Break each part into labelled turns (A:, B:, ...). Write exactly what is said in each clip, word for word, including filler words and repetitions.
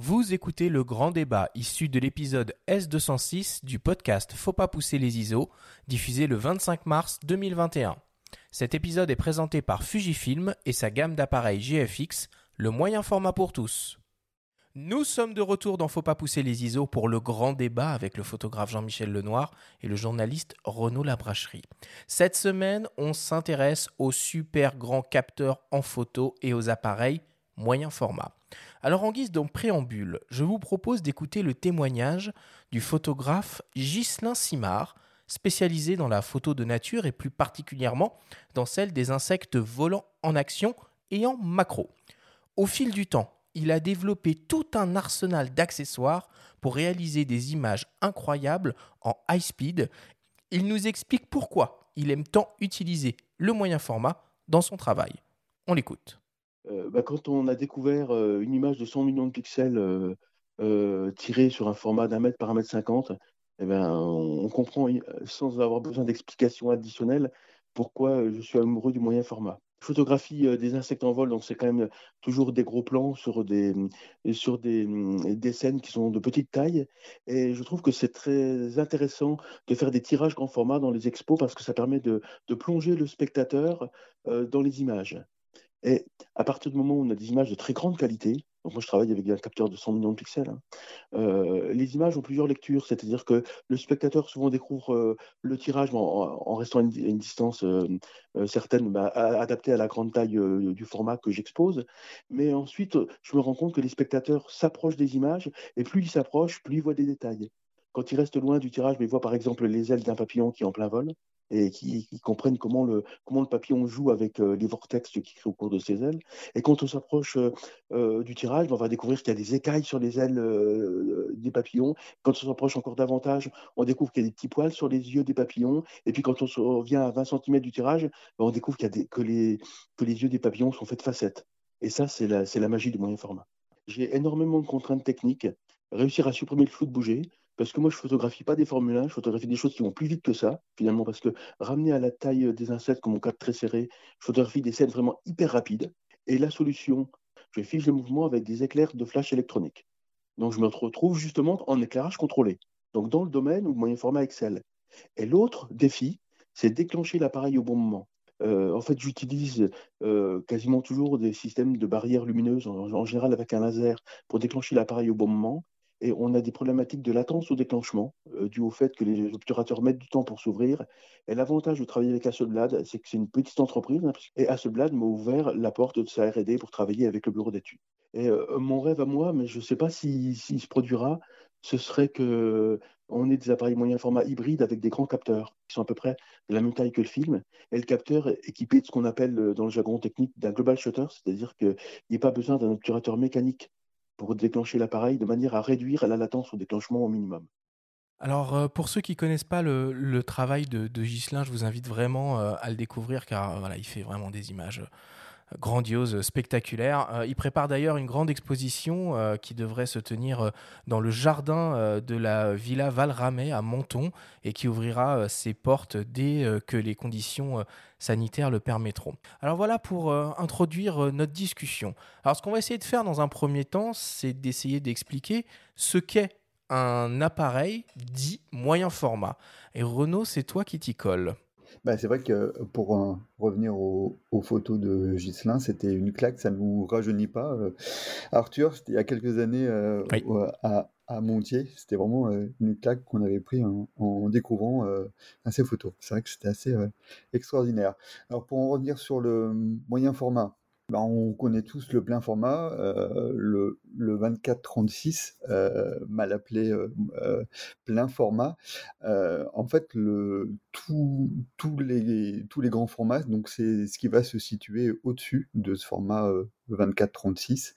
A: Vous écoutez le grand débat issu de l'épisode S deux cent six du podcast Faut pas pousser les I S O, diffusé le vingt-cinq mars deux mille vingt et un. Cet épisode est présenté par Fujifilm et sa gamme d'appareils G F X, le moyen format pour tous. Nous sommes de retour dans Faut pas pousser les I S O pour le grand débat avec le photographe Jean-Michel Lenoir et le journaliste Renaud Labracherie. Cette semaine, on s'intéresse aux super grands capteurs en photo et aux appareils moyen format. Alors en guise d'un préambule, je vous propose d'écouter le témoignage du photographe Ghislain Simard, spécialisé dans la photo de nature et plus particulièrement dans celle des insectes volants en action et en macro. Au fil du temps, il a développé tout un arsenal d'accessoires pour réaliser des images incroyables en high speed. Il nous explique pourquoi il aime tant utiliser le moyen format dans son travail. On l'écoute.
B: Euh, bah, quand on a découvert euh, une image de cent millions de pixels euh, euh, tirée sur un format d'un mètre par un mètre cinquante, eh ben, on, on comprend, euh, sans avoir besoin d'explications additionnelles, pourquoi euh, je suis amoureux du moyen format. Photographie euh, des insectes en vol, donc c'est quand même toujours des gros plans sur des, sur des, des scènes qui sont de petite taille. Et je trouve que c'est très intéressant de faire des tirages grand format dans les expos parce que ça permet de, de plonger le spectateur euh, dans les images. Et à partir du moment où on a des images de très grande qualité, donc moi je travaille avec un capteur de cent millions de pixels, hein, euh, les images ont plusieurs lectures, c'est-à-dire que le spectateur souvent découvre euh, le tirage en, en restant à une, à une distance euh, euh, certaine, bah, à- adaptée à la grande taille euh, du format que j'expose. Mais ensuite, je me rends compte que les spectateurs s'approchent des images, et plus ils s'approchent, plus ils voient des détails. Quand ils restent loin du tirage, mais ils voient par exemple les ailes d'un papillon qui est en plein vol, et qui, qui comprennent comment le, comment le papillon joue avec euh, les vortex qui créent au cours de ses ailes. Et quand on s'approche euh, euh, du tirage, on va découvrir qu'il y a des écailles sur les ailes euh, des papillons. Quand on s'approche encore davantage, on découvre qu'il y a des petits poils sur les yeux des papillons. Et puis quand on se revient à vingt centimètres du tirage, ben, on découvre qu'il y a des, que, les, que les yeux des papillons sont faits de facettes. Et ça, c'est la, c'est la magie du moyen format. J'ai énormément de contraintes techniques. Réussir à supprimer le flou de bouger, parce que moi, je photographie pas des Formule un, je photographie des choses qui vont plus vite que ça, finalement, parce que ramener à la taille des insectes, comme mon cadre très serré, je photographie des scènes vraiment hyper rapides. Et la solution, je fige le mouvement avec des éclairs de flash électronique. Donc, je me retrouve justement en éclairage contrôlé. Donc, dans le domaine où le moyen format excelle. Et l'autre défi, c'est déclencher l'appareil au bon moment. Euh, en fait, j'utilise euh, quasiment toujours des systèmes de barrières lumineuses, en, en général avec un laser, pour déclencher l'appareil au bon moment. Et on a des problématiques de latence au déclenchement, euh, dû au fait que les obturateurs mettent du temps pour s'ouvrir. Et l'avantage de travailler avec Hasselblad, c'est que c'est une petite entreprise, hein, et Hasselblad m'a ouvert la porte de sa R et D pour travailler avec le bureau d'études. Et euh, mon rêve à moi, mais je ne sais pas s'il si, s'il se produira, ce serait que on ait des appareils moyen format hybrides avec des grands capteurs qui sont à peu près de la même taille que le film, et le capteur est équipé de ce qu'on appelle euh, dans le jargon technique d'un global shutter, c'est-à-dire qu'il n'y a pas besoin d'un obturateur mécanique pour déclencher l'appareil de manière à réduire la latence au déclenchement au minimum.
A: Alors, euh, pour ceux qui connaissent pas le, le travail de, de Ghislain, je vous invite vraiment euh, à le découvrir car euh, voilà, il fait vraiment des images euh, grandioses, spectaculaires. Euh, il prépare d'ailleurs une grande exposition euh, qui devrait se tenir euh, dans le jardin euh, de la Villa Valramey à Menton et qui ouvrira euh, ses portes dès euh, que les conditions euh, sanitaires le permettront. Alors voilà pour euh, introduire euh, notre discussion. Alors ce qu'on va essayer de faire dans un premier temps, c'est d'essayer d'expliquer ce qu'est un appareil dit moyen format. Et Renaud, c'est toi qui t'y colle.
C: Bah, c'est vrai que pour euh, revenir aux, aux photos de Ghislain, c'était une claque, ça ne nous rajeunit pas. Euh, Arthur, c'était il y a quelques années euh,
A: Oui.
C: au- à, à Montier, c'était vraiment euh, une claque qu'on avait pris en, en découvrant euh, ces photos. C'est vrai que c'était assez euh, extraordinaire. Alors pour en revenir sur le moyen format, bah, on connaît tous le plein format, euh, le, le vingt-quatre trente-six, euh, mal appelé euh, euh, plein format. Euh, en fait, le, tout- tous les, tous les grands formats, donc c'est ce qui va se situer au-dessus de ce format euh, vingt-quatre trente-six.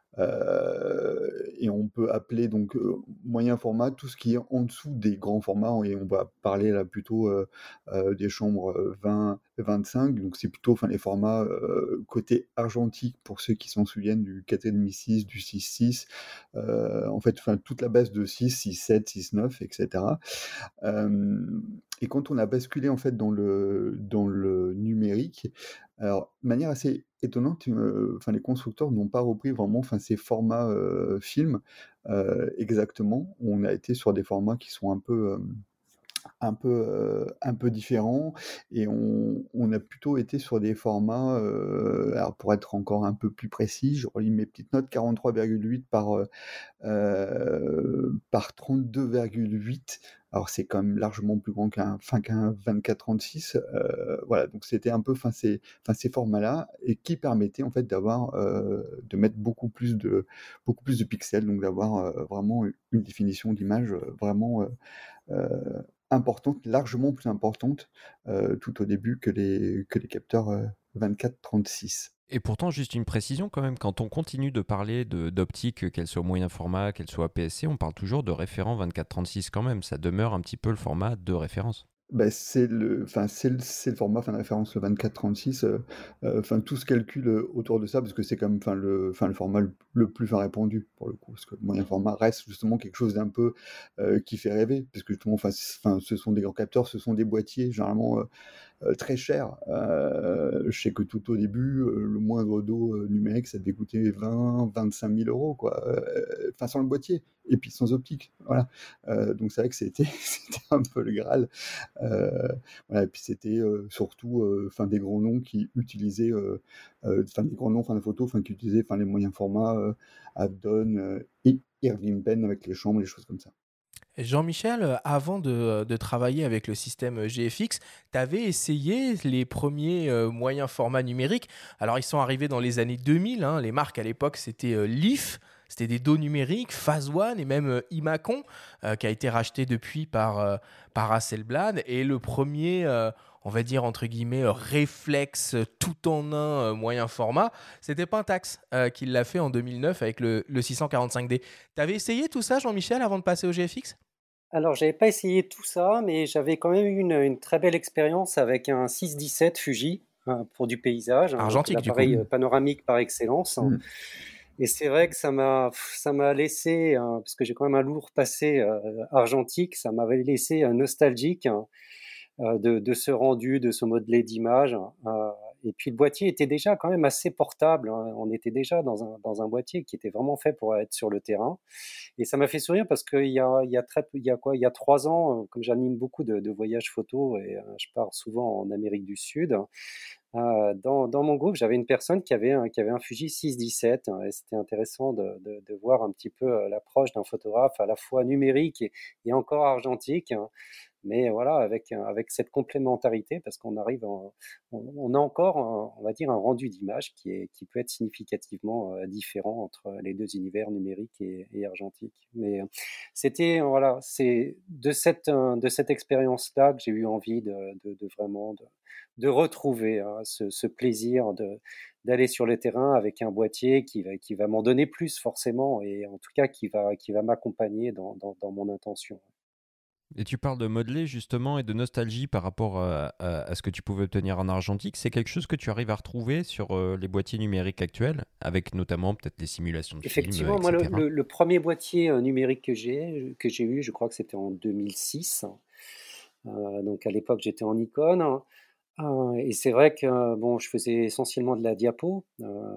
C: Euh, et on peut appeler donc euh, moyen format tout ce qui est en dessous des grands formats, et on va parler là plutôt euh, euh, des chambres vingt, vingt-cinq, donc c'est plutôt enfin, les formats euh, côté argentique pour ceux qui s'en souviennent du quatre virgule cinq six, du six six, euh, en fait enfin, toute la base de six, six sept, six neuf, et cetera. Euh, et quand on a basculé en fait dans le, dans le numérique, alors de manière assez étonnante, euh, enfin, les constructeurs n'ont pas repris vraiment enfin, ces formats euh, films euh, exactement. On a été sur des formats qui sont un peu... Euh, un peu, euh, un peu différents et on, on a plutôt été sur des formats, euh, alors pour être encore un peu plus précis, je relis mes petites notes, quarante-trois virgule huit par, euh, par trente-deux virgule huit. Alors c'est quand même largement plus grand qu'un, enfin, qu'un vingt-quatre trente-six. Euh, voilà, donc c'était un peu enfin, ces, enfin, ces formats-là et qui permettaient en fait d'avoir, euh, de mettre beaucoup plus de, beaucoup plus de pixels, donc d'avoir euh, vraiment une définition d'image euh, vraiment euh, euh, importante, largement plus importante euh, tout au début que les, que les capteurs euh, vingt-quatre trente-six.
D: Et pourtant, juste une précision quand même, quand on continue de parler de, d'optique, qu'elle soit au moyen format, qu'elle soit A P S C, on parle toujours de référent vingt-quatre trente-six quand même, ça demeure un petit peu le format de référence.
C: Bah, c'est le, enfin c'est le, c'est le format, enfin la référence le vingt-quatre trente-six. euh, euh, Enfin tout se calcule euh, autour de ça parce que c'est comme, enfin le, enfin le format le, le plus enfin, répandu pour le coup. Parce que le moyen format reste justement quelque chose d'un peu euh, qui fait rêver, parce que justement, enfin, enfin ce sont des grands capteurs, ce sont des boîtiers généralement. Euh, euh, très cher. Euh, je sais que tout au début, euh, le moindre dos euh, numérique, ça devait coûter vingt, vingt-cinq mille euros, quoi. Euh, Enfin, sans le boîtier, et puis sans optique. Voilà. Euh, donc c'est vrai que c'était, c'était un peu le Graal. Euh, voilà, et puis c'était euh, surtout euh, fin, des grands noms qui utilisaient, euh, euh, enfin des grands noms fin, de photo, enfin, qui utilisaient fin, les moyens formats, euh, Avedon, euh, et Irving Penn avec les chambres, les choses comme ça.
A: Jean-Michel, avant de, de travailler avec le système G F X, tu avais essayé les premiers euh, moyens formats numériques. Alors, ils sont arrivés dans les années deux mille. Hein. Les marques à l'époque, c'était euh, Leaf, c'était des dos numériques, Phase One et même euh, Imacon, euh, qui a été racheté depuis par, euh, par Hasselblad. Et le premier, euh, on va dire entre guillemets, euh, réflexe tout en un euh, moyen format, c'était Pentax euh, qui l'a fait en deux mille neuf avec le, le six cent quarante-cinq D. Tu avais essayé tout ça, Jean-Michel, avant de passer au G F X ?
E: Alors, j'avais pas essayé tout ça, mais j'avais quand même eu une, une très belle expérience avec un six dix-sept Fuji hein, pour du paysage, hein, donc
A: Argentique, du coup.
E: l'appareil euh, panoramique par excellence.
C: Mm.
E: Et c'est vrai que ça m'a, ça m'a laissé, hein, parce que j'ai quand même un lourd passé euh, argentique, ça m'avait laissé euh, nostalgique hein, euh, de, de ce rendu, de ce modelé d'image. Euh, et puis le boîtier était déjà quand même assez portable. Hein. On était déjà dans un, dans un boîtier qui était vraiment fait pour être sur le terrain. Et ça m'a fait sourire parce qu'il y a, il y a très peu, il y a quoi, il y a trois ans, euh, comme j'anime beaucoup de, de voyages photos et euh, je pars souvent en Amérique du Sud, euh, dans, dans mon groupe, j'avais une personne qui avait un, qui avait un Fuji six dix-sept hein, et c'était intéressant de, de, de voir un petit peu euh, l'approche d'un photographe à la fois numérique et, et encore argentique. Hein. Mais voilà, avec, avec cette complémentarité, parce qu'on arrive, en, on, on a encore, un, on va dire, un rendu d'image qui, est, qui peut être significativement euh, différent entre les deux univers numérique et, et argentique. Mais euh, c'était, voilà, c'est de cette, euh, de cette expérience-là que j'ai eu envie de, de, de vraiment de, de retrouver hein, ce, ce plaisir de, d'aller sur le terrain avec un boîtier qui va, qui va m'en donner plus forcément, et en tout cas qui va, qui va m'accompagner dans, dans, dans mon intention.
D: Et tu parles de modeler justement et de nostalgie par rapport à, à, à ce que tu pouvais obtenir en argentique. C'est quelque chose que tu arrives à retrouver sur euh, les boîtiers numériques actuels, avec notamment peut-être les simulations de
E: Effectivement,
D: films,
E: moi, le,
D: et cetera.
E: le, le premier boîtier euh, numérique que j'ai, que j'ai eu, je crois que c'était en deux mille six. Euh, donc à l'époque, j'étais en Nikon. Hein. Euh, et c'est vrai que euh, bon, je faisais essentiellement de la diapo. Euh,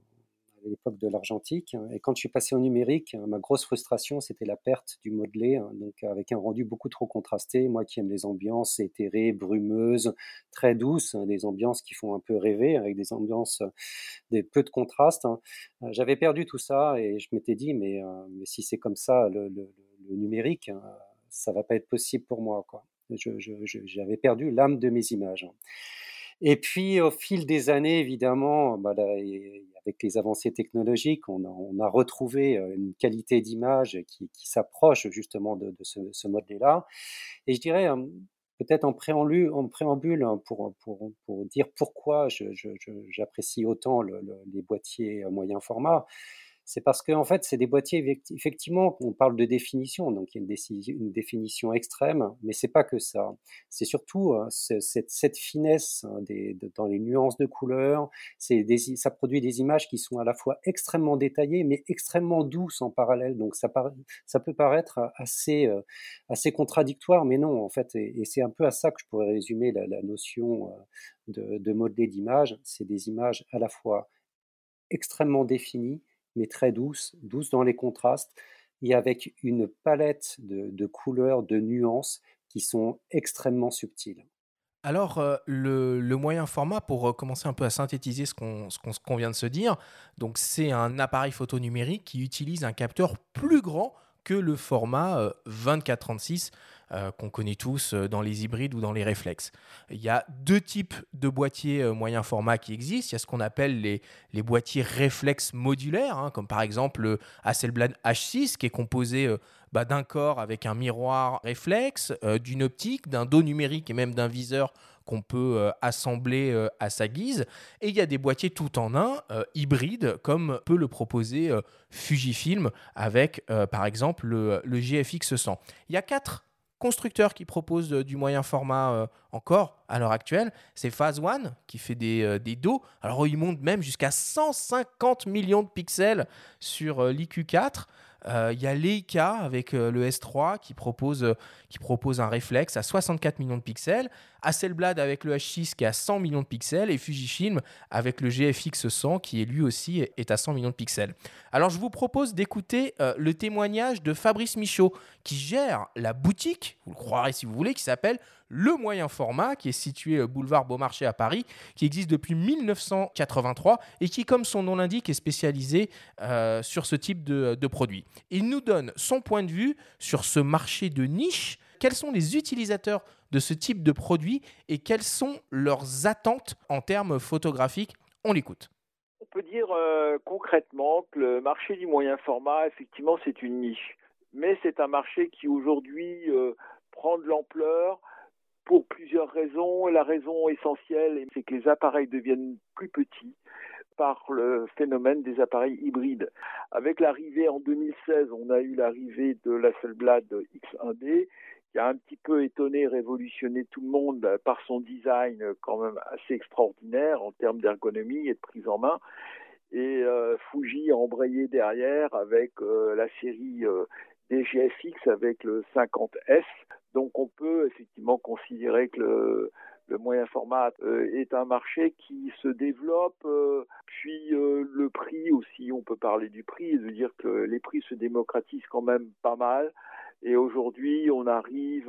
E: à l'époque de l'argentique. Et quand je suis passé au numérique, ma grosse frustration, c'était la perte du modelé, hein, donc avec un rendu beaucoup trop contrasté. Moi qui aime les ambiances éthérées, brumeuses, très douces, hein, des ambiances qui font un peu rêver, avec des ambiances, des peu de contraste. Hein. J'avais perdu tout ça et je m'étais dit, mais, euh, mais si c'est comme ça, le, le, le numérique, hein, ça va pas être possible pour moi, quoi. Je, je, je, j'avais perdu l'âme de mes images. Et puis, au fil des années, évidemment, bah là, et avec les avancées technologiques, on a, on a retrouvé une qualité d'image qui, qui s'approche justement de, de ce, ce modèle-là. Et je dirais, peut-être en préambule, en préambule pour, pour, pour dire pourquoi je, je, je, j'apprécie autant le, le, les boîtiers moyen format, C'est parce que en fait, c'est des boîtiers, effectivement, on parle de définition, donc il y a une, décision, une définition extrême, mais c'est pas que ça. C'est surtout euh, c'est, cette, cette finesse hein, des, de, dans les nuances de couleurs. C'est des, ça produit des images qui sont à la fois extrêmement détaillées, mais extrêmement douces en parallèle. Donc ça, par, ça peut paraître assez, euh, assez contradictoire, mais non, en fait, et, et c'est un peu à ça que je pourrais résumer la, la notion euh, de, de modeler d'image. C'est des images à la fois extrêmement définies, mais très douces, douces dans les contrastes, et avec une palette de, de couleurs, de nuances qui sont extrêmement subtiles.
A: Alors, euh, le, le moyen format, pour euh, commencer un peu à synthétiser ce qu'on, ce qu'on, ce qu'on vient de se dire, donc c'est un appareil photo numérique qui utilise un capteur plus grand que le format euh, vingt-quatre trente-six euh, qu'on connaît tous euh, dans les hybrides ou dans les réflexes. Il y a deux types de boîtiers euh, moyen format qui existent. Il y a ce qu'on appelle les, les boîtiers réflexes modulaires, hein, comme par exemple le Hasselblad H six qui est composé euh, bah, d'un corps avec un miroir réflexe, euh, d'une optique, d'un dos numérique et même d'un viseur qu'on peut euh, assembler euh, à sa guise. Et il y a des boîtiers tout en un, euh, hybrides, comme peut le proposer euh, Fujifilm avec, euh, par exemple, le, le G F X cent. Il y a quatre constructeurs qui proposent euh, du moyen format euh, encore à l'heure actuelle. C'est Phase One qui fait des, euh, des dos. Alors, ils montent même jusqu'à cent cinquante millions de pixels sur euh, l'I Q quatre. Il euh, y a Leica avec euh, le S trois qui propose, euh, qui propose un réflexe à soixante-quatre millions de pixels, Hasselblad avec le H six qui est à cent millions de pixels et Fujifilm avec le G F X cent qui est lui aussi est à cent millions de pixels. Alors je vous propose d'écouter euh, le témoignage de Fabrice Michaud qui gère la boutique, vous le croirez si vous voulez, qui s'appelle Le Moyen Format, qui est situé boulevard Beaumarchais à Paris, qui existe depuis dix-neuf cent quatre-vingt-trois et qui, comme son nom l'indique, est spécialisé euh, sur ce type de, de produit. Il nous donne son point de vue sur ce marché de niche. Quels sont les utilisateurs de ce type de produit et quelles sont leurs attentes en termes photographiques? On l'écoute.
F: On peut dire euh, concrètement que le marché du moyen format, effectivement, c'est une niche. Mais c'est un marché qui aujourd'hui euh, prend de l'ampleur pour plusieurs raisons. La raison essentielle, c'est que les appareils deviennent plus petits par le phénomène des appareils hybrides. Avec l'arrivée en deux mille seize, on a eu l'arrivée de l'Hasselblad X un D, qui a un petit peu étonné, révolutionné tout le monde par son design quand même assez extraordinaire en termes d'ergonomie et de prise en main. Et euh, Fuji a embrayé derrière avec euh, la série euh, des G F X avec le cinquante S. Donc on peut effectivement considérer que le, le moyen format euh, est un marché qui se développe. Euh, puis euh, le prix aussi, on peut parler du prix et de dire que les prix se démocratisent quand même pas mal. Et aujourd'hui, on arrive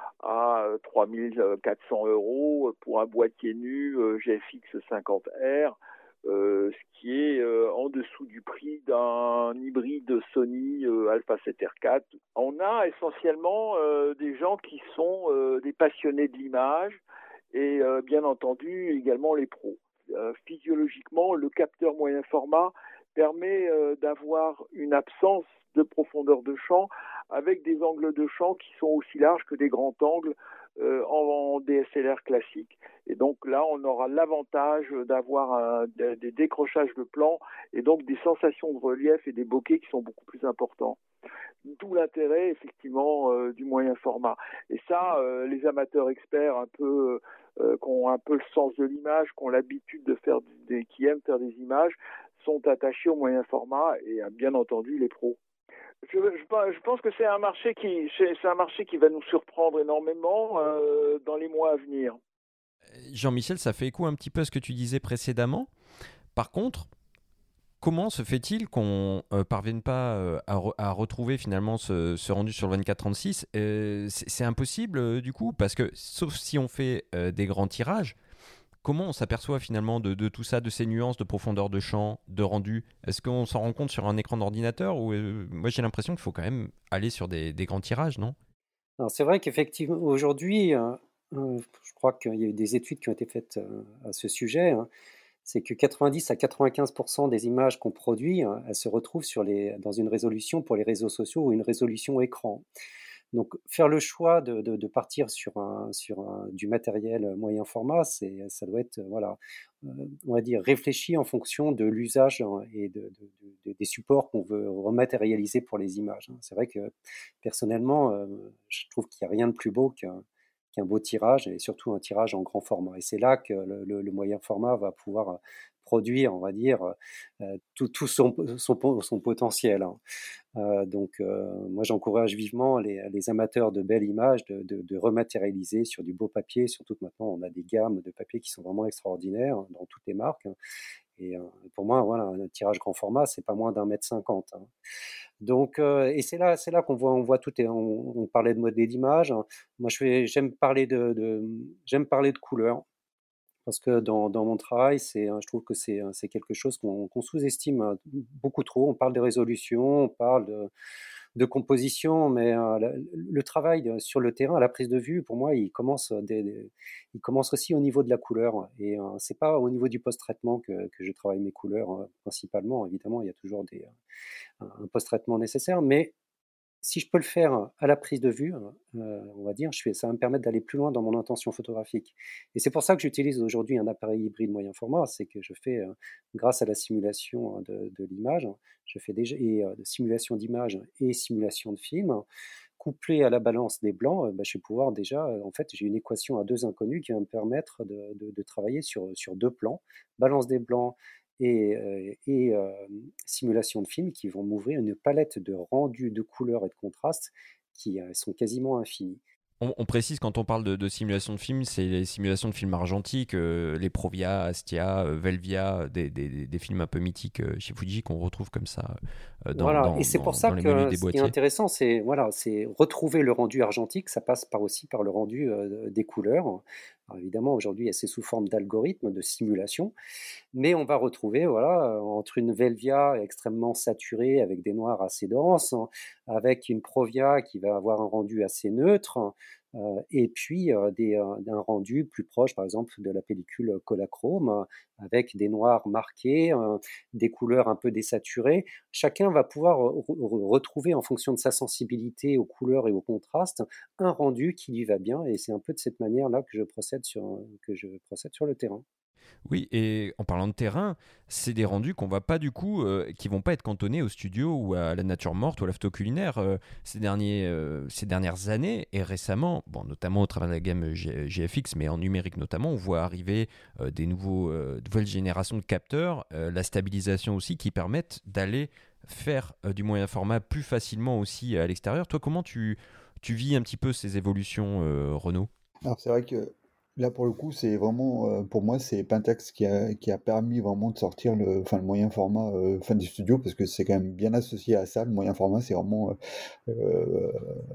F: à trois mille quatre cents euros pour un boîtier nu G F X cinquante R, euh, ce qui est euh, en dessous du prix d'un hybride Sony euh, Alpha sept R quatre. On a essentiellement euh, des gens qui sont euh, des passionnés de l'image et euh, bien entendu également les pros. Euh, physiologiquement, le capteur moyen format permet euh, d'avoir une absence de profondeur de champ avec des angles de champ qui sont aussi larges que des grands angles euh, en, en D S L R classique. Et donc là, on aura l'avantage d'avoir un, des, des décrochages de plans et donc des sensations de relief et des bokeh qui sont beaucoup plus importants. D'où l'intérêt effectivement euh, du moyen format. Et ça, euh, les amateurs experts un peu euh, qui ont un peu le sens de l'image, qui ont l'habitude de faire des, qui aiment faire des images, sont attachés au moyen format et bien entendu les pros. Je, je, je pense que c'est un marché qui, c'est un marché qui va nous surprendre énormément euh, dans les mois à venir.
D: Jean-Michel, ça fait écho un petit peu à ce que tu disais précédemment. Par contre, comment se fait-il qu'on ne euh, parvienne pas euh, à, re- à retrouver finalement ce, ce rendu sur le vingt-quatre trente-six euh, c'est, c'est impossible euh, du coup, parce que sauf si on fait euh, des grands tirages, comment on s'aperçoit finalement de, de tout ça, de ces nuances de profondeur de champ, de rendu? Est-ce qu'on s'en rend compte sur un écran d'ordinateur ou euh, moi j'ai l'impression qu'il faut quand même aller sur des, des grands tirages, non?
E: Alors, c'est vrai qu'effectivement, aujourd'hui, euh, euh, je crois qu'il y a eu des études qui ont été faites euh, à ce sujet, hein, c'est que quatre-vingt-dix à quatre-vingt-quinze pour cent des images qu'on produit, hein, elles se retrouvent sur les, dans une résolution pour les réseaux sociaux ou une résolution écran. Donc, faire le choix de, de, de partir sur, un, sur un, du matériel moyen format, c'est, ça doit être, voilà, euh, on va dire, réfléchi en fonction de l'usage hein, et de, de, de, des supports qu'on veut rematérialiser pour les images. Hein. C'est vrai que, personnellement, euh, je trouve qu'il n'y a rien de plus beau qu'un, qu'un beau tirage, et surtout un tirage en grand format. Et c'est là que le, le, le moyen format va pouvoir produire, on va dire, euh, tout, tout son, son, son potentiel. Hein. Euh, donc, euh, moi, j'encourage vivement les, les amateurs de belles images de, de, de rematérialiser sur du beau papier, surtout que maintenant, on a des gammes de papier qui sont vraiment extraordinaires hein, dans toutes les marques. Hein. Et euh, pour moi, voilà, un tirage grand format, c'est pas moins d'un mètre cinquante. Hein. Donc, euh, et c'est là, c'est là qu'on voit, on voit tout. Et on, on parlait de modèle d'image. Hein. Moi, je fais, j'aime parler de, de, j'aime parler de couleurs. Parce que dans, dans mon travail, c'est, je trouve que c'est, c'est quelque chose qu'on, qu'on sous-estime beaucoup trop. On parle de résolution, on parle de, de composition, mais euh, le, le travail sur le terrain, à la prise de vue, pour moi, il commence, des, des, il commence aussi au niveau de la couleur. Et euh, c'est pas au niveau du post-traitement que, que je travaille mes couleurs euh, principalement. Évidemment, il y a toujours des, euh, un post-traitement nécessaire, mais si je peux le faire à la prise de vue, euh, on va dire, je fais, ça va me permettre d'aller plus loin dans mon intention photographique. Et c'est pour ça que j'utilise aujourd'hui un appareil hybride moyen format, c'est que je fais, euh, grâce à la simulation de, de l'image, je fais déjà et, euh, de simulation d'image et simulation de film, couplé à la balance des blancs, euh, bah, je vais pouvoir déjà, euh, en fait, j'ai une équation à deux inconnus qui va me permettre de, de, de travailler sur, sur deux plans, balance des blancs et, euh, et euh, simulation de film qui vont m'ouvrir une palette de rendus de couleurs et de contrastes qui euh, sont quasiment infinis.
D: On, on précise quand on parle de, de simulation de film, c'est les simulations de films argentiques, euh, les Provia, Astia, euh, Velvia, des, des, des films un peu mythiques euh, chez Fuji qu'on retrouve comme ça euh, dans,
E: voilà,
D: dans,
E: et c'est
D: dans,
E: pour ça
D: dans les menus
E: que
D: des
E: ce qui est
D: boîtiers.
E: intéressant, c'est voilà, c'est retrouver le rendu argentique. Ça passe par aussi par le rendu euh, des couleurs. Alors évidemment, aujourd'hui, c'est sous forme d'algorithme, de simulation, mais on va retrouver voilà entre une Velvia extrêmement saturée avec des noirs assez denses, hein, avec une Provia qui va avoir un rendu assez neutre. Euh, et puis euh, des, euh, d'un rendu plus proche, par exemple, de la pellicule Kodachrome, euh, avec des noirs marqués, euh, des couleurs un peu désaturées. Chacun va pouvoir re- re- retrouver, en fonction de sa sensibilité aux couleurs et aux contrastes, un rendu qui lui va bien. Et c'est un peu de cette manière-là que je procède sur, que je procède sur le terrain.
D: Oui, et en parlant de terrain, c'est des rendus qu'on va pas du coup, euh, qui vont pas être cantonnés au studio ou à la nature morte ou à la photo culinaire euh, ces, derniers, euh, ces dernières années et récemment, bon, notamment au travers de la gamme G- GFX, mais en numérique notamment, on voit arriver euh, des nouveaux, euh, nouvelles générations de capteurs, euh, la stabilisation aussi, qui permettent d'aller faire euh, du moyen format plus facilement aussi à l'extérieur. Toi, comment tu, tu vis un petit peu ces évolutions, euh, Renaud ?
C: Alors c'est vrai que là pour le coup c'est vraiment euh, pour moi c'est Pentax qui a, qui a permis vraiment de sortir le, enfin, le moyen format euh, fin du studio parce que c'est quand même bien associé à ça. Le moyen format c'est vraiment euh, euh,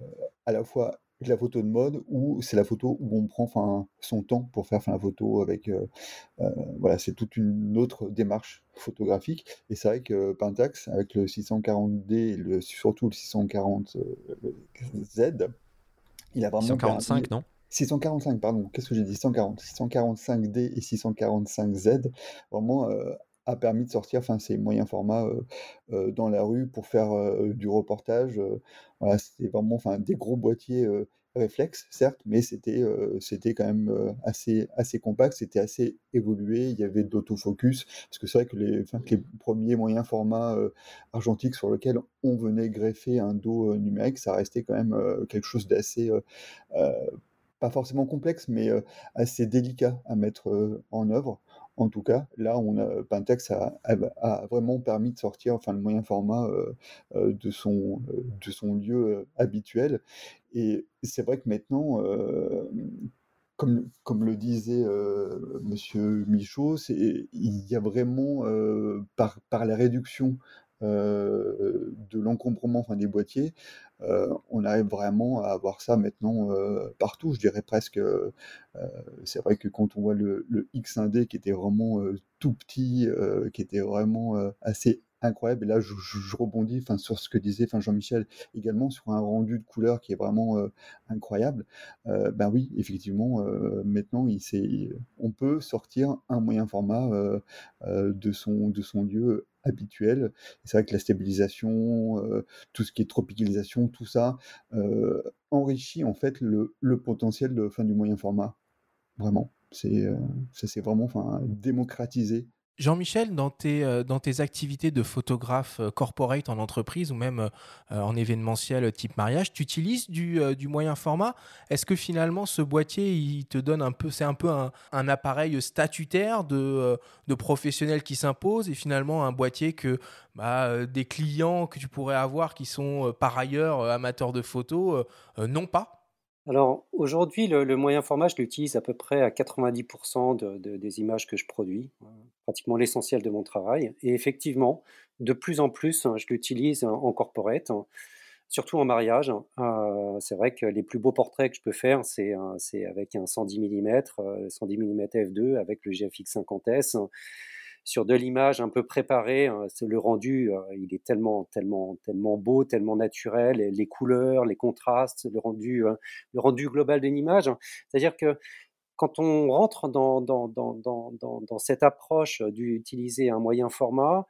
C: à la fois de la photo de mode ou c'est la photo où on prend enfin, son temps pour faire enfin, la photo avec euh, euh, voilà c'est toute une autre démarche photographique et c'est vrai que Pentax avec le six cent quarante D et le, surtout le six cent quarante Z il a vraiment permis
D: six cent quarante-cinq, non ?
C: six cent quarante-cinq, pardon, qu'est-ce que j'ai dit six cent quarante, six cent quarante-cinq D et six cent quarante-cinq Z, vraiment euh, a permis de sortir enfin, ces moyens formats euh, euh, dans la rue pour faire euh, du reportage. Euh, voilà, c'était vraiment enfin, des gros boîtiers euh, réflexes, certes, mais c'était euh, c'était quand même euh, assez, assez compact, c'était assez évolué, il y avait d'autofocus, parce que c'est vrai que les, enfin, que les premiers moyens formats euh, argentiques sur lesquels on venait greffer un dos euh, numérique, ça restait quand même euh, quelque chose d'assez... Euh, euh, pas forcément complexe, mais euh, assez délicat à mettre euh, en œuvre. En tout cas, là, on a, Pentax a, a, a vraiment permis de sortir enfin, le moyen format euh, euh, de, son, euh, de son lieu euh, habituel. Et c'est vrai que maintenant, euh, comme, comme le disait euh, Monsieur Michaud, c'est, il y a vraiment, euh, par, par la réduction euh, de l'encombrement enfin, des boîtiers, euh, on arrive vraiment à avoir ça maintenant euh, partout, je dirais presque. Euh, c'est vrai que quand on voit le, le X un D qui était vraiment euh, tout petit, euh, qui était vraiment euh, assez incroyable. Et là, je, je, je rebondis enfin, sur ce que disait enfin, Jean-Michel également, sur un rendu de couleur qui est vraiment euh, incroyable. Euh, ben oui, effectivement, euh, maintenant, il, on peut sortir un moyen format euh, euh, de, son, de son lieu habituel. Et c'est vrai que la stabilisation, euh, tout ce qui est tropicalisation, tout ça euh, enrichit en fait le, le potentiel de, fin, du moyen format. Vraiment, c'est, euh, ça s'est vraiment enfin, démocratisé.
A: Jean-Michel, dans tes, euh, dans tes activités de photographe euh, corporate en entreprise ou même euh, en événementiel type mariage, tu utilises du, euh, du moyen format. Est-ce que finalement ce boîtier, il te donne un peu, c'est un peu un, un appareil statutaire de, euh, de professionnels qui s'impose et finalement un boîtier que bah, euh, des clients que tu pourrais avoir qui sont euh, par ailleurs euh, amateurs de photos euh, euh, n'ont pas?
E: Alors aujourd'hui, le, le moyen format, je l'utilise à peu près à quatre-vingt-dix pour cent de, de- des images que je produis, euh, pratiquement l'essentiel de mon travail. Et effectivement, de plus en plus, hein, je l'utilise en en corporate, hein, surtout en mariage. Euh, c'est vrai que les plus beaux portraits que je peux faire, c'est un- c'est avec un cent dix millimètres, euh, cent dix millimètres f deux avec le G F X cinquante S sur de l'image un peu préparée. Hein, c'est le rendu, euh, il est tellement, tellement, tellement beau, tellement naturel, et les couleurs, les contrastes, le rendu, euh, le rendu global d'une image. C'est-à-dire que quand on rentre dans, dans, dans, dans, dans, dans cette approche d'utiliser un moyen format,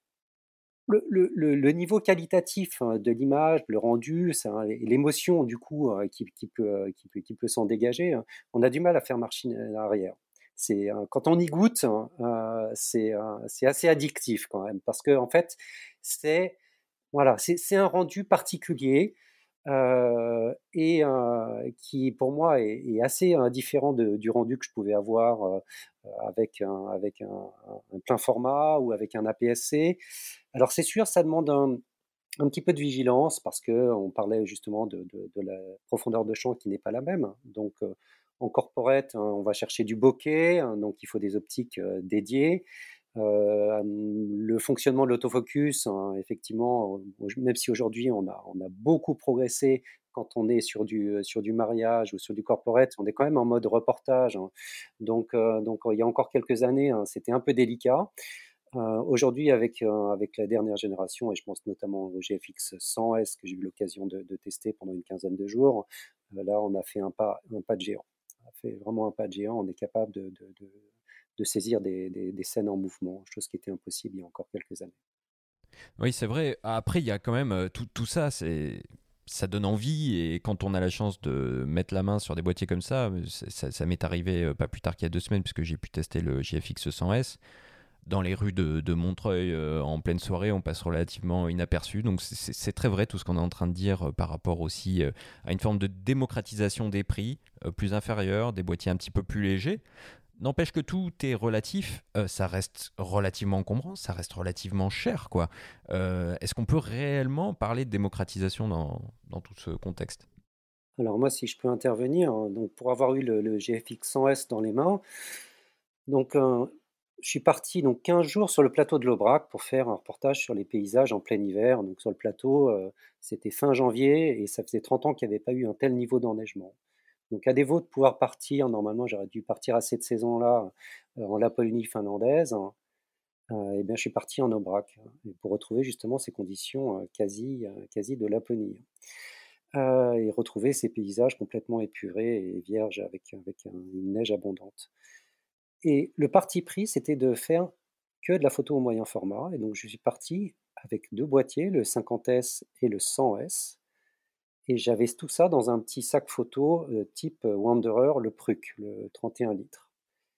E: le, le, le, le niveau qualitatif hein, de l'image, le rendu, ça, l'émotion du coup euh, qui, qui peut, euh, qui peut, qui peut s'en dégager, hein, on a du mal à faire marcher arrière. C'est, euh, quand on y goûte, hein, euh, c'est, euh, c'est assez addictif quand même, parce que en fait, c'est, voilà, c'est, c'est un rendu particulier euh, et euh, qui pour moi est, est assez euh, différent de- du rendu que je pouvais avoir euh, avec un, avec un, un plein format ou avec un A P S C. Alors c'est sûr, ça demande un, un petit peu de vigilance parce que on parlait justement de, de- de la profondeur de champ qui n'est pas la même. Donc euh, en corporate, hein, on va chercher du bokeh, hein, donc il faut des optiques euh, dédiées. Euh, le fonctionnement de l'autofocus, hein, effectivement, euh, même si aujourd'hui on a, on a beaucoup progressé quand on est sur du, sur du mariage ou sur du corporate, on est quand même en mode reportage. Hein. Donc, euh, donc il y a encore quelques années, hein, c'était un peu délicat. Euh, aujourd'hui, avec, euh, avec la dernière génération, et je pense notamment au G F X cent S que j'ai eu l'occasion de, de tester pendant une quinzaine de jours, euh, là, on a fait un pas, un pas de géant. On a fait vraiment un pas de géant. On est capable de, de, de, de saisir des, des, des scènes en mouvement, chose qui était impossible il y a encore quelques années.
D: Oui, c'est vrai. Après, il y a quand même euh, tout, tout ça, c'est ça donne envie et quand on a la chance de mettre la main sur des boîtiers comme ça, c'est- ça, ça m'est arrivé euh, pas plus tard qu'il y a deux semaines puisque j'ai pu tester le G F X cent S. Dans les rues de, de Montreuil, euh, en pleine soirée, on passe relativement inaperçu. Donc c'est- c'est c'est très vrai tout ce qu'on est en train de dire euh, par rapport aussi euh, à une forme de démocratisation des prix euh, plus inférieure, des boîtiers un petit peu plus légers. N'empêche que tout est relatif, euh, ça reste relativement encombrant, ça reste relativement cher, quoi. Euh, Est-ce qu'on peut réellement parler de démocratisation dans, dans tout ce contexte?
E: Alors moi, si je peux intervenir, hein, donc pour avoir eu le, le G F X cent S dans les mains, donc euh, je suis parti donc quinze jours sur le plateau de l'Aubrac pour faire un reportage sur les paysages en plein hiver. Donc sur le plateau, euh, c'était fin janvier et ça faisait trente ans qu'il n'y avait pas eu un tel niveau d'enneigement. Donc à défaut de pouvoir partir, normalement j'aurais dû partir à cette saison-là euh, en Laponie finlandaise, hein, euh, et bien je suis parti en Aubrac hein, pour retrouver justement ces conditions euh, quasi, euh, quasi de Laponie. Euh, et retrouver ces paysages complètement épurés et vierges avec, avec un- une neige abondante. Et le parti pris, c'était de faire que de la photo au moyen format. Et donc, je suis parti avec deux boîtiers, le cinquante S et le cent S. Et j'avais tout ça dans un petit sac photo euh, type Wanderer, le Pruc, le trente et un litres.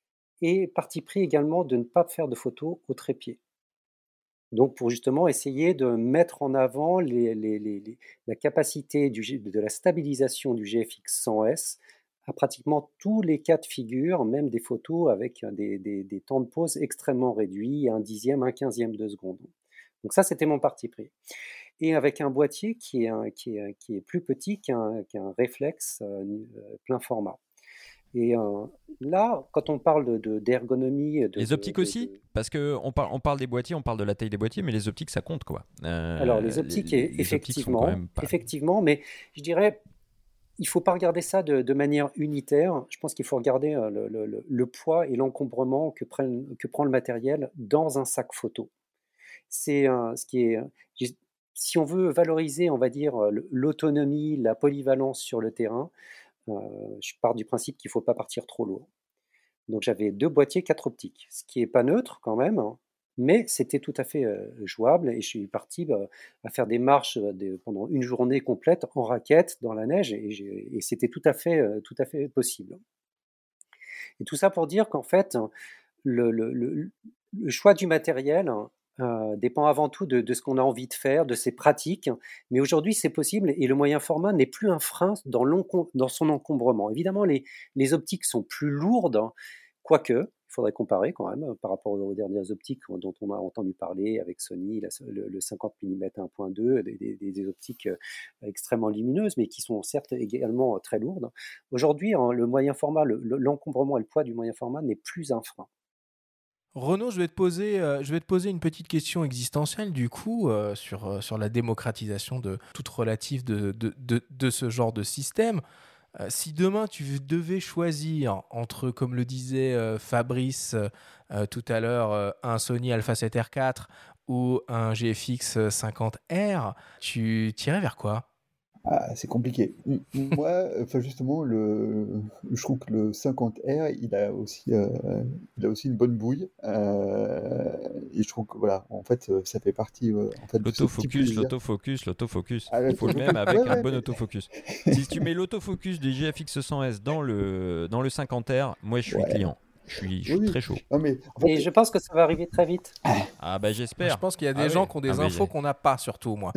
E: Et parti pris également de ne pas faire de photos au trépied. Donc, pour justement essayer de mettre en avant les, les- les- les- la capacité du G- de la stabilisation du G F X cent S à pratiquement tous les cas de figure, même des photos avec des, des- des temps de pause extrêmement réduits, un dixième, un quinzième de seconde. Donc ça, c'était mon parti pris. Et avec un boîtier qui est, un- qui est, qui est plus petit qu'un qu'un réflexe euh, plein format. Et euh, là, quand on parle de, de- d'ergonomie, de,
D: Les
E: de-
D: optiques
E: de-
D: aussi?
E: de-
D: Parce qu'on parle, on parle des boîtiers, on parle de la taille des boîtiers, mais les optiques, ça compte, quoi.
E: alors
D: Euh,
E: les
D: les,
E: optiques,
D: les- les optiques sont quand
E: effectivement,
D: même pas...
E: effectivement, mais je dirais il ne faut pas regarder ça de, de manière unitaire. Je pense qu'il faut regarder euh, le, le- le poids et l'encombrement que, prennent- que prend le matériel dans un sac photo. c'est euh, ce qui est, si on veut valoriser, on va dire, l'autonomie, la polyvalence sur le terrain, euh, je pars du principe qu'il ne faut pas partir trop lourd. Donc j'avais deux boîtiers, quatre optiques, ce qui n'est pas neutre quand même, hein, mais c'était tout à fait euh, jouable et je suis parti bah, à faire des marches de, pendant une journée complète en raquette dans la neige et, et c'était tout à fait, euh, tout à fait possible. Et tout ça pour dire qu'en fait, le, le, le, le choix du matériel euh, dépend avant tout de, de ce qu'on a envie de faire, de ses pratiques, mais aujourd'hui c'est possible et le moyen format n'est plus un frein dans, dans son encombrement. Évidemment, les, les optiques sont plus lourdes, quoique, il faudrait comparer quand même par rapport aux dernières optiques dont on a entendu parler avec Sony, la, le, le cinquante millimètres un point deux, des, des, des optiques extrêmement lumineuses, mais qui sont certes également très lourdes. Aujourd'hui, hein, le moyen format, le, l'encombrement et le poids du moyen format n'est plus un frein.
A: Renaud, je vais te poser, euh, je vais te poser une petite question existentielle du coup euh, sur, euh, sur la démocratisation de toute relative de, de, de, de ce genre de système. Euh, si demain tu devais choisir entre, comme le disait euh, Fabrice euh, tout à l'heure, euh, un Sony Alpha sept R quatre ou un G F X cinquante R, tu tirais vers quoi ?
C: Ah, c'est compliqué. Moi, enfin justement, le, je trouve que le cinquante R, il a aussi, euh, il a aussi une bonne bouille. Euh, et je trouve que voilà, en fait, ça fait partie. Euh, en fait,
D: l'autofocus, l'autofocus, l'autofocus. Ah, il faut le même avec ouais, un ouais, bon mais... autofocus. Si tu mets l'autofocus du G F X cent S dans le dans le cinquante R, moi je suis ouais. client. Je suis, je suis oui, très chaud.
E: Non, mais, en fait, et je pense que ça va arriver très vite.
D: Ah bah j'espère.
A: Je pense qu'il y a des ah gens oui. qui ont des ah infos qu'on n'a pas, surtout moi.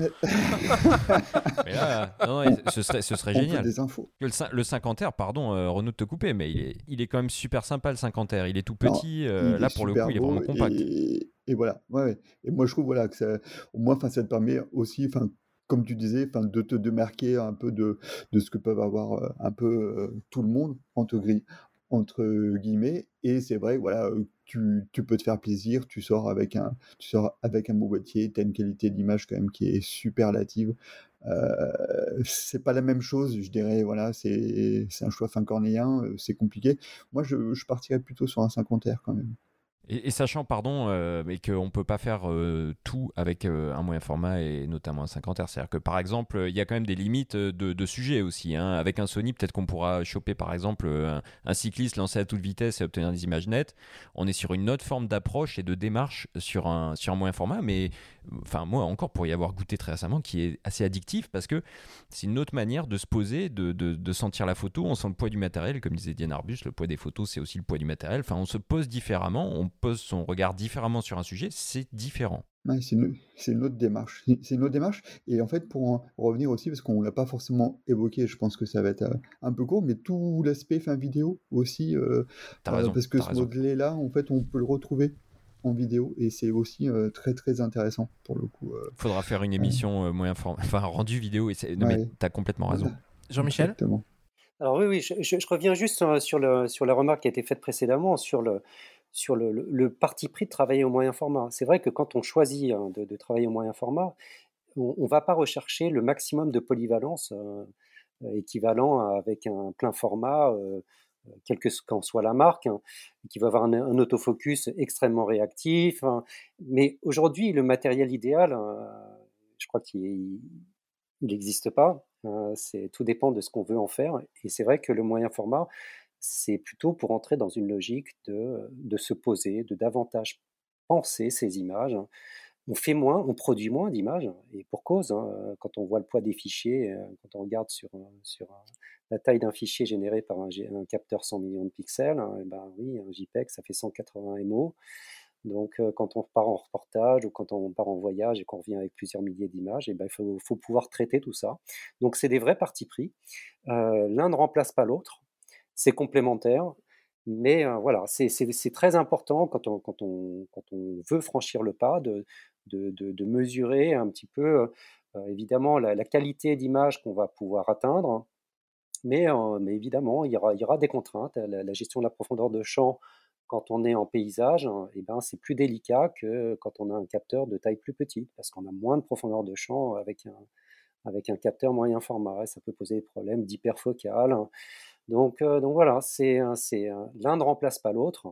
D: Mais là, non, non, ce serait, ce serait
C: On
D: génial.
C: Des infos.
D: Le, le cinquante R, pardon, euh, Renaud de te couper, mais il est, il est quand même super sympa le cinquante R. Il est tout petit. Non, euh, là pour le coup, il est vraiment compact.
C: Et, et voilà. Ouais, ouais. Et moi je trouve voilà que ça, au moins, enfin, ça te permet aussi, enfin. Comme tu disais, de te démarquer un peu de, de ce que peuvent avoir euh, un peu euh, tout le monde entre, gris, entre guillemets. Et c'est vrai, voilà, tu, tu peux te faire plaisir, tu sors avec un, tu sors avec un beau boîtier, tu as une qualité d'image quand même qui est superlative. Euh, c'est pas la même chose, je dirais, voilà, c'est, c'est un choix fin cornéen, c'est compliqué. Moi, je, je partirais plutôt sur un cinquante R quand même.
D: Et, et sachant, pardon, euh, mais qu'on ne peut pas faire euh, tout avec euh, un moyen format et notamment un cinquante R. C'est-à-dire que, par exemple, il y a quand même des limites de, de sujet aussi. Hein. Avec un Sony, peut-être qu'on pourra choper, par exemple, un, un cycliste lancé à toute vitesse et obtenir des images nettes. On est sur une autre forme d'approche et de démarche sur un, sur un moyen format. Mais, enfin, moi, encore, pour y avoir goûté très récemment, qui est assez addictif parce que c'est une autre manière de se poser, de, de, de sentir la photo. On sent le poids du matériel. Comme disait Diane Arbus, le poids des photos, c'est aussi le poids du matériel. Enfin, on se pose différemment. On pose son regard différemment sur un sujet, c'est différent.
C: Ouais, c'est, une, c'est une autre démarche. C'est une autre démarche. Et en fait, pour en revenir aussi, parce qu'on ne l'a pas forcément évoqué, je pense que ça va être euh, un peu court, mais tout l'aspect fin vidéo aussi, euh,
D: t'as raison,
C: euh, parce que
D: t'as
C: ce
D: raison.
C: modèle-là, en fait, on peut le retrouver en vidéo et c'est aussi euh, très très intéressant pour le coup. Euh,
D: Faudra faire une émission euh, moins form... enfin rendu vidéo et c'est... non ouais. mais t'as complètement raison. Voilà.
A: Jean-Michel.
C: Exactement.
E: Alors oui, oui, je, je, je reviens juste sur, sur, le, sur la remarque qui a été faite précédemment sur le sur le, le, le parti pris de travailler au moyen format. C'est vrai que quand on choisit hein, de, de travailler au moyen format, on ne va pas rechercher le maximum de polyvalence euh, équivalent avec un plein format, euh, quelle que qu'en soit la marque, hein, qui va avoir un, un autofocus extrêmement réactif. Hein. Mais aujourd'hui, le matériel idéal, euh, je crois qu'il n'existe pas. Euh, c'est, tout dépend de ce qu'on veut en faire. Et c'est vrai que le moyen format, c'est plutôt pour entrer dans une logique de, de se poser, de davantage penser ces images. On fait moins, on produit moins d'images, et pour cause, hein, quand on voit le poids des fichiers, quand on regarde sur, sur la taille d'un fichier généré par un, un capteur cent millions de pixels, hein, et ben oui, un JPEG, ça fait cent quatre-vingts mégaoctets. Donc, quand on part en reportage ou quand on part en voyage et qu'on revient avec plusieurs milliers d'images, et ben, il faut, faut pouvoir traiter tout ça. Donc, c'est des vrais partis pris. Euh, l'un ne remplace pas l'autre. C'est complémentaire, mais euh, voilà, c'est, c'est, c'est très important quand on, quand, on, quand on veut franchir le pas de, de, de, de mesurer un petit peu, euh, évidemment, la, la qualité d'image qu'on va pouvoir atteindre, mais, euh, mais évidemment, il y aura, il y aura des contraintes. La, la gestion de la profondeur de champ, quand on est en paysage, eh ben, c'est plus délicat que quand on a un capteur de taille plus petite, parce qu'on a moins de profondeur de champ avec un, avec un capteur moyen format. Ça peut poser des problèmes d'hyperfocale. Donc, euh, donc voilà, c'est, c'est, l'un ne remplace pas l'autre,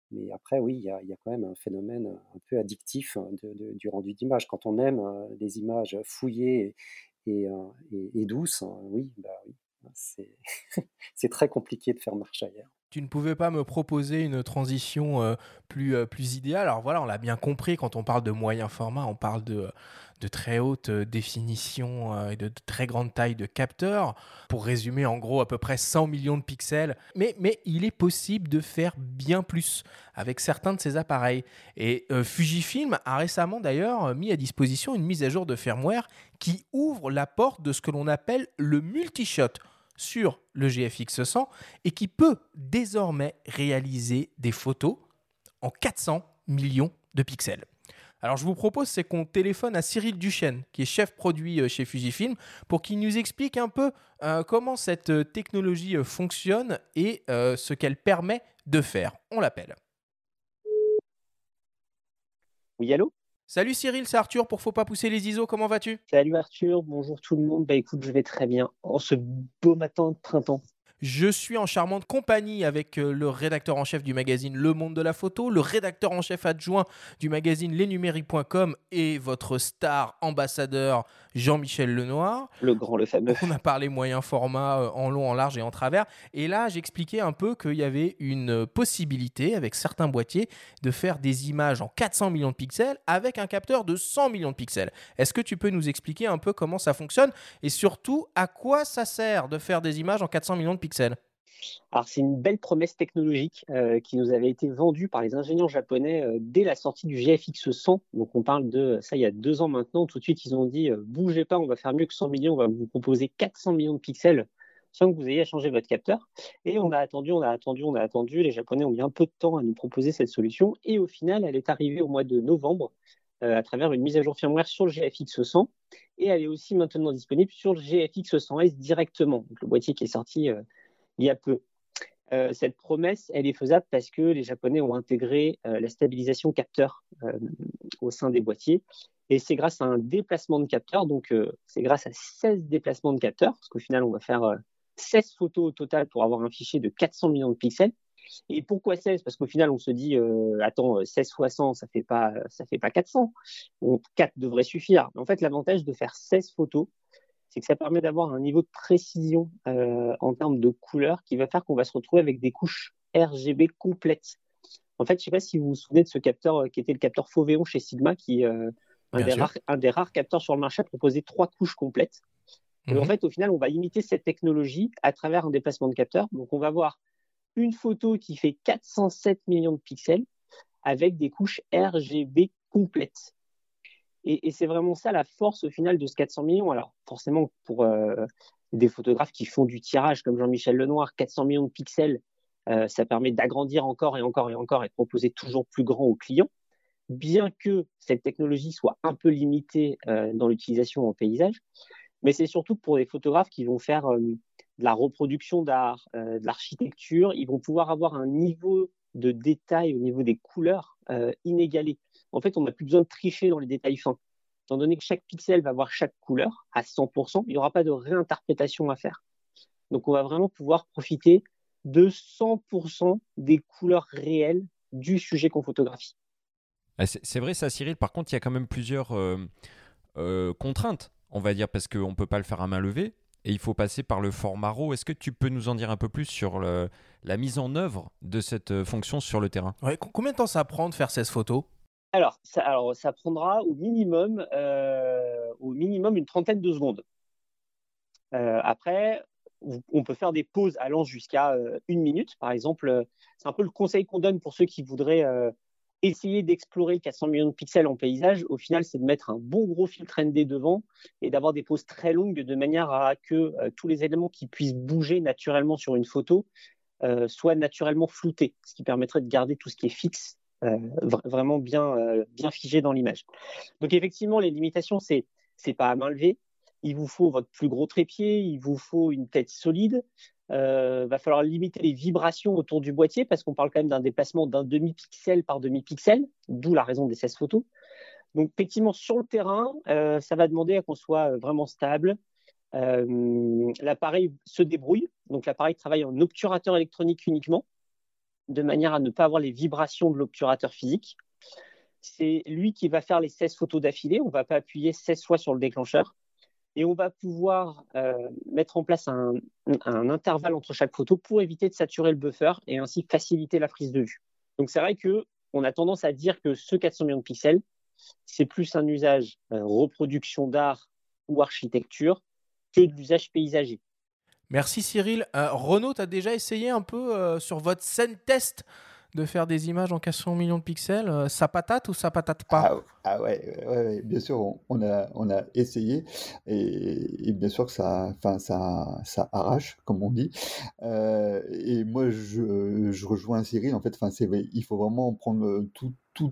E: mais après, oui, il y a, il y a quand même un phénomène un peu addictif hein, de- de- du rendu d'image. Quand on aime euh, des images fouillées et, et, euh, et- et douces, hein, oui, bah oui, c'est c'est très compliqué de faire marche arrière.
A: Tu ne pouvais pas me proposer une transition euh, plus, euh, plus idéale. Alors voilà, on l'a bien compris, quand on parle de moyen format, on parle de, de très haute euh, définition euh, et de, de très grande taille de capteurs. Pour résumer, en gros, à peu près cent millions de pixels. Mais, mais il est possible de faire bien plus avec certains de ces appareils. Et euh, Fujifilm a récemment d'ailleurs mis à disposition une mise à jour de firmware qui ouvre la porte de ce que l'on appelle le multishot sur le G F X cent et qui peut désormais réaliser des photos en quatre cents millions de pixels. Alors je vous propose, c'est qu'on téléphone à Cyril Duchesne, qui est chef produit chez Fujifilm, pour qu'il nous explique un peu euh, comment cette technologie fonctionne et euh, ce qu'elle permet de faire. On l'appelle.
G: Oui, allô?
A: Salut Cyril, c'est Arthur pour Faut pas pousser les I S O, comment vas-tu?
G: Salut Arthur, bonjour tout le monde. Bah écoute, je vais très bien en ce beau matin de printemps.
A: Je suis en charmante compagnie avec le rédacteur en chef du magazine Le Monde de la Photo, le rédacteur en chef adjoint du magazine les numériques point com et votre star ambassadeur Jean-Michel Lenoir.
G: Le grand, le fameux.
A: On a parlé moyen format en long, en large et en travers. Et là, j'expliquais un peu qu'il y avait une possibilité avec certains boîtiers de faire des images en quatre cents millions de pixels avec un capteur de cent millions de pixels. Est-ce que tu peux nous expliquer un peu comment ça fonctionne et surtout à quoi ça sert de faire des images en quatre cents millions de pixels?
G: Alors c'est une belle promesse technologique euh, qui nous avait été vendue par les ingénieurs japonais euh, dès la sortie du G F X cent. Donc on parle de ça il y a deux ans maintenant. Tout de suite ils ont dit euh, bougez pas, on va faire mieux que cent millions, on va vous proposer quatre cents millions de pixels sans que vous ayez à changer votre capteur. Et on a attendu, on a attendu, on a attendu. Les Japonais ont mis un peu de temps à nous proposer cette solution et au final elle est arrivée au mois de novembre euh, à travers une mise à jour firmware sur le G F X cent et elle est aussi maintenant disponible sur le G F X cent S directement. Donc le boîtier qui est sorti euh, il y a peu. Euh, cette promesse, elle est faisable parce que les Japonais ont intégré euh, la stabilisation capteur euh, au sein des boîtiers. Et c'est grâce à un déplacement de capteur, donc euh, c'est grâce à seize déplacements de capteur, parce qu'au final, on va faire euh, seize photos au total pour avoir un fichier de quatre cents millions de pixels. Et pourquoi seize? Parce qu'au final, on se dit, euh, attends, seize fois cent, ça fait pas, ça fait pas quatre cents. Donc quatre devrait suffire. Mais en fait, l'avantage de faire seize photos, c'est que ça permet d'avoir un niveau de précision euh, en termes de couleurs qui va faire qu'on va se retrouver avec des couches R G B complètes. En fait, je ne sais pas si vous vous souvenez de ce capteur euh, qui était le capteur Foveon chez Sigma, qui euh, un, des rares, un des rares capteurs sur le marché proposait trois couches complètes. Mmh. Et en fait, au final, on va imiter cette technologie à travers un déplacement de capteur. Donc, on va avoir une photo qui fait quatre cent sept millions de pixels avec des couches R G B complètes. Et, et c'est vraiment ça la force au final de ce quatre cents millions. Alors forcément pour euh, des photographes qui font du tirage comme Jean-Michel Lenoir, quatre cents millions de pixels, euh, ça permet d'agrandir encore et encore et encore et de proposer toujours plus grand aux clients. Bien que cette technologie soit un peu limitée euh, dans l'utilisation en paysage, mais c'est surtout pour des photographes qui vont faire euh, de la reproduction d'art, euh, de l'architecture, ils vont pouvoir avoir un niveau de détail au niveau des couleurs euh, inégalé. En fait, on n'a plus besoin de tricher dans les détails fins. Étant donné que chaque pixel va avoir chaque couleur à cent pour cent, il n'y aura pas de réinterprétation à faire. Donc, on va vraiment pouvoir profiter de cent pour cent des couleurs réelles du sujet qu'on photographie.
D: C'est, c'est vrai ça, Cyril. Par contre, il y a quand même plusieurs euh, euh, contraintes, on va dire, parce qu'on ne peut pas le faire à main levée et il faut passer par le format RAW. Est-ce que tu peux nous en dire un peu plus sur le, la mise en œuvre de cette fonction sur le terrain?
A: Ouais, combien de temps ça prend de faire seize photos?
G: Alors ça, alors, ça prendra au minimum, euh, au minimum une trentaine de secondes. Euh, après, on peut faire des pauses allant jusqu'à euh, une minute. Par exemple, c'est un peu le conseil qu'on donne pour ceux qui voudraient euh, essayer d'explorer quatre cents millions de pixels en paysage. Au final, c'est de mettre un bon gros filtre N D devant et d'avoir des pauses très longues de manière à que euh, tous les éléments qui puissent bouger naturellement sur une photo euh, soient naturellement floutés, ce qui permettrait de garder tout ce qui est fixe euh, vraiment bien, euh, bien figé dans l'image. Donc effectivement, les limitations, c'est c'est pas à main levée. Il vous faut votre plus gros trépied, il vous faut une tête solide. Il euh, va falloir limiter les vibrations autour du boîtier parce qu'on parle quand même d'un déplacement d'un demi-pixel par demi-pixel, d'où la raison des seize photos. Donc effectivement, sur le terrain, euh, ça va demander à qu'on soit vraiment stable. Euh, l'appareil se débrouille, donc l'appareil travaille en obturateur électronique uniquement. de manière à ne pas avoir les vibrations de l'obturateur physique. C'est lui qui va faire les seize photos d'affilée. On ne va pas appuyer seize fois sur le déclencheur. Et on va pouvoir euh, mettre en place un, un intervalle entre chaque photo pour éviter de saturer le buffer et ainsi faciliter la prise de vue. Donc c'est vrai qu'on a tendance à dire que ce quatre cents millions de pixels, c'est plus un usage euh, reproduction d'art ou architecture que de l'usage paysager.
A: Merci Cyril. Euh, Renaud, tu as déjà essayé un peu euh, sur votre scène test de faire des images en quatre cents millions de pixels, euh, ça patate ou ça patate pas?
C: Ah, ah ouais, ouais, ouais, bien sûr, on, on a, on a essayé et, et bien sûr que ça, enfin, ça, ça arrache, comme on dit. Euh, et moi, je, je rejoins Cyril. En fait, enfin, c'est, il faut vraiment prendre tout, tout,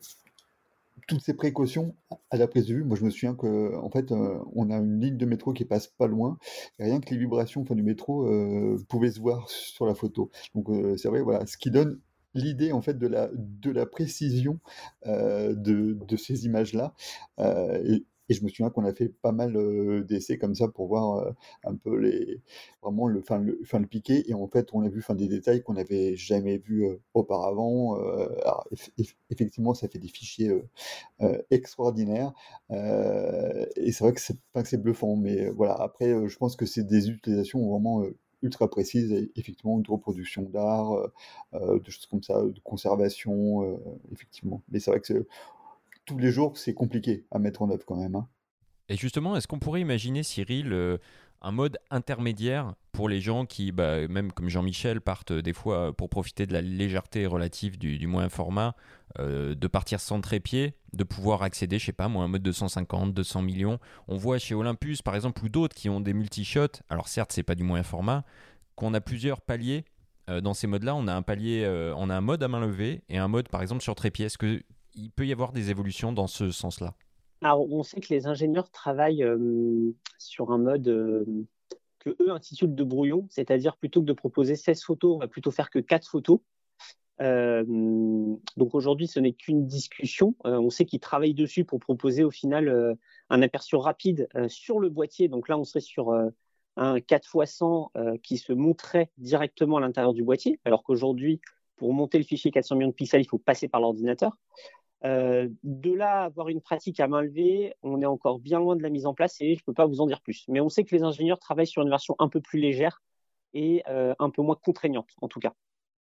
C: toutes ces précautions à la prise de vue. Moi, je me souviens que, en fait, euh, on a une ligne de métro qui passe pas loin, et rien que les vibrations, enfin, du métro euh, pouvaient se voir sur la photo. Donc, euh, c'est vrai, voilà, ce qui donne l'idée en fait de la, de la précision euh, de, de ces images-là. Euh, et, et je me souviens qu'on a fait pas mal euh, d'essais comme ça pour voir euh, un peu les, vraiment le, fin, le, fin, le piqué. Et en fait, on a vu fin, des détails qu'on n'avait jamais vus euh, auparavant. Euh, alors, eff- effectivement, ça fait des fichiers euh, euh, extraordinaires. Euh, et c'est vrai que c'est, enfin, que c'est bluffant. Mais euh, voilà, après, euh, je pense que c'est des utilisations vraiment euh, ultra précises, et effectivement, de reproduction d'art, euh, euh, de choses comme ça, de conservation, euh, effectivement. Mais c'est vrai que c'est, tous les jours, c'est compliqué à mettre en œuvre quand même. Hein.
D: Et justement, est-ce qu'on pourrait imaginer, Cyril, euh, un mode intermédiaire pour les gens qui, bah, même comme Jean-Michel, partent des fois pour profiter de la légèreté relative du, du moyen format, euh, de partir sans trépied, de pouvoir accéder, je sais pas moi, à un mode de cent cinquante, deux cents millions. On voit chez Olympus, par exemple, ou d'autres qui ont des multi-shots. Alors certes, c'est pas du moyen format, qu'on a plusieurs paliers. Euh, dans ces modes-là, on a un palier, euh, on a un mode à main levée et un mode, par exemple, sur trépied. Est-ce qu'il peut y avoir des évolutions dans ce sens-là?
G: Alors, on sait que les ingénieurs travaillent euh, sur un mode euh, que eux intitulent de brouillon, c'est-à-dire plutôt que de proposer seize photos, on va plutôt faire que quatre photos. Euh, donc aujourd'hui, ce n'est qu'une discussion. Euh, on sait qu'ils travaillent dessus pour proposer au final euh, un aperçu rapide euh, sur le boîtier. Donc là, on serait sur euh, un quatre fois cent euh, qui se montrait directement à l'intérieur du boîtier, alors qu'aujourd'hui, pour monter le fichier quatre cents millions de pixels, il faut passer par l'ordinateur. Euh, de là à avoir une pratique à main levée, on est encore bien loin de la mise en place et je ne peux pas vous en dire plus. Mais on sait que les ingénieurs travaillent sur une version un peu plus légère et euh, un peu moins contraignante, en tout cas.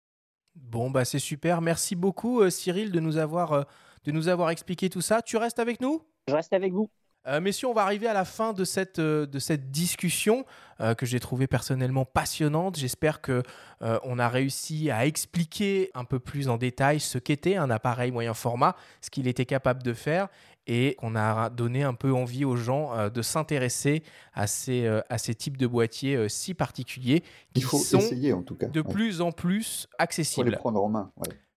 A: Bon, bah c'est super. Merci beaucoup, euh, Cyril, de nous, avoir, euh, de nous avoir expliqué tout ça. Tu restes avec nous ?
G: Je reste avec vous.
A: Euh, messieurs, on va arriver à la fin de cette, euh, de cette discussion euh, que j'ai trouvée personnellement passionnante. J'espère qu'on euh, a réussi à expliquer un peu plus en détail ce qu'était un appareil moyen format, ce qu'il était capable de faire et qu'on a donné un peu envie aux gens euh, de s'intéresser à ces, euh, à ces types de boîtiers euh, si particuliers qui
C: Il faut
A: sont
C: essayer en tout cas.
A: de
C: Ouais.
A: plus en plus
C: Il faut
A: accessibles.
C: les prendre en main. Ouais.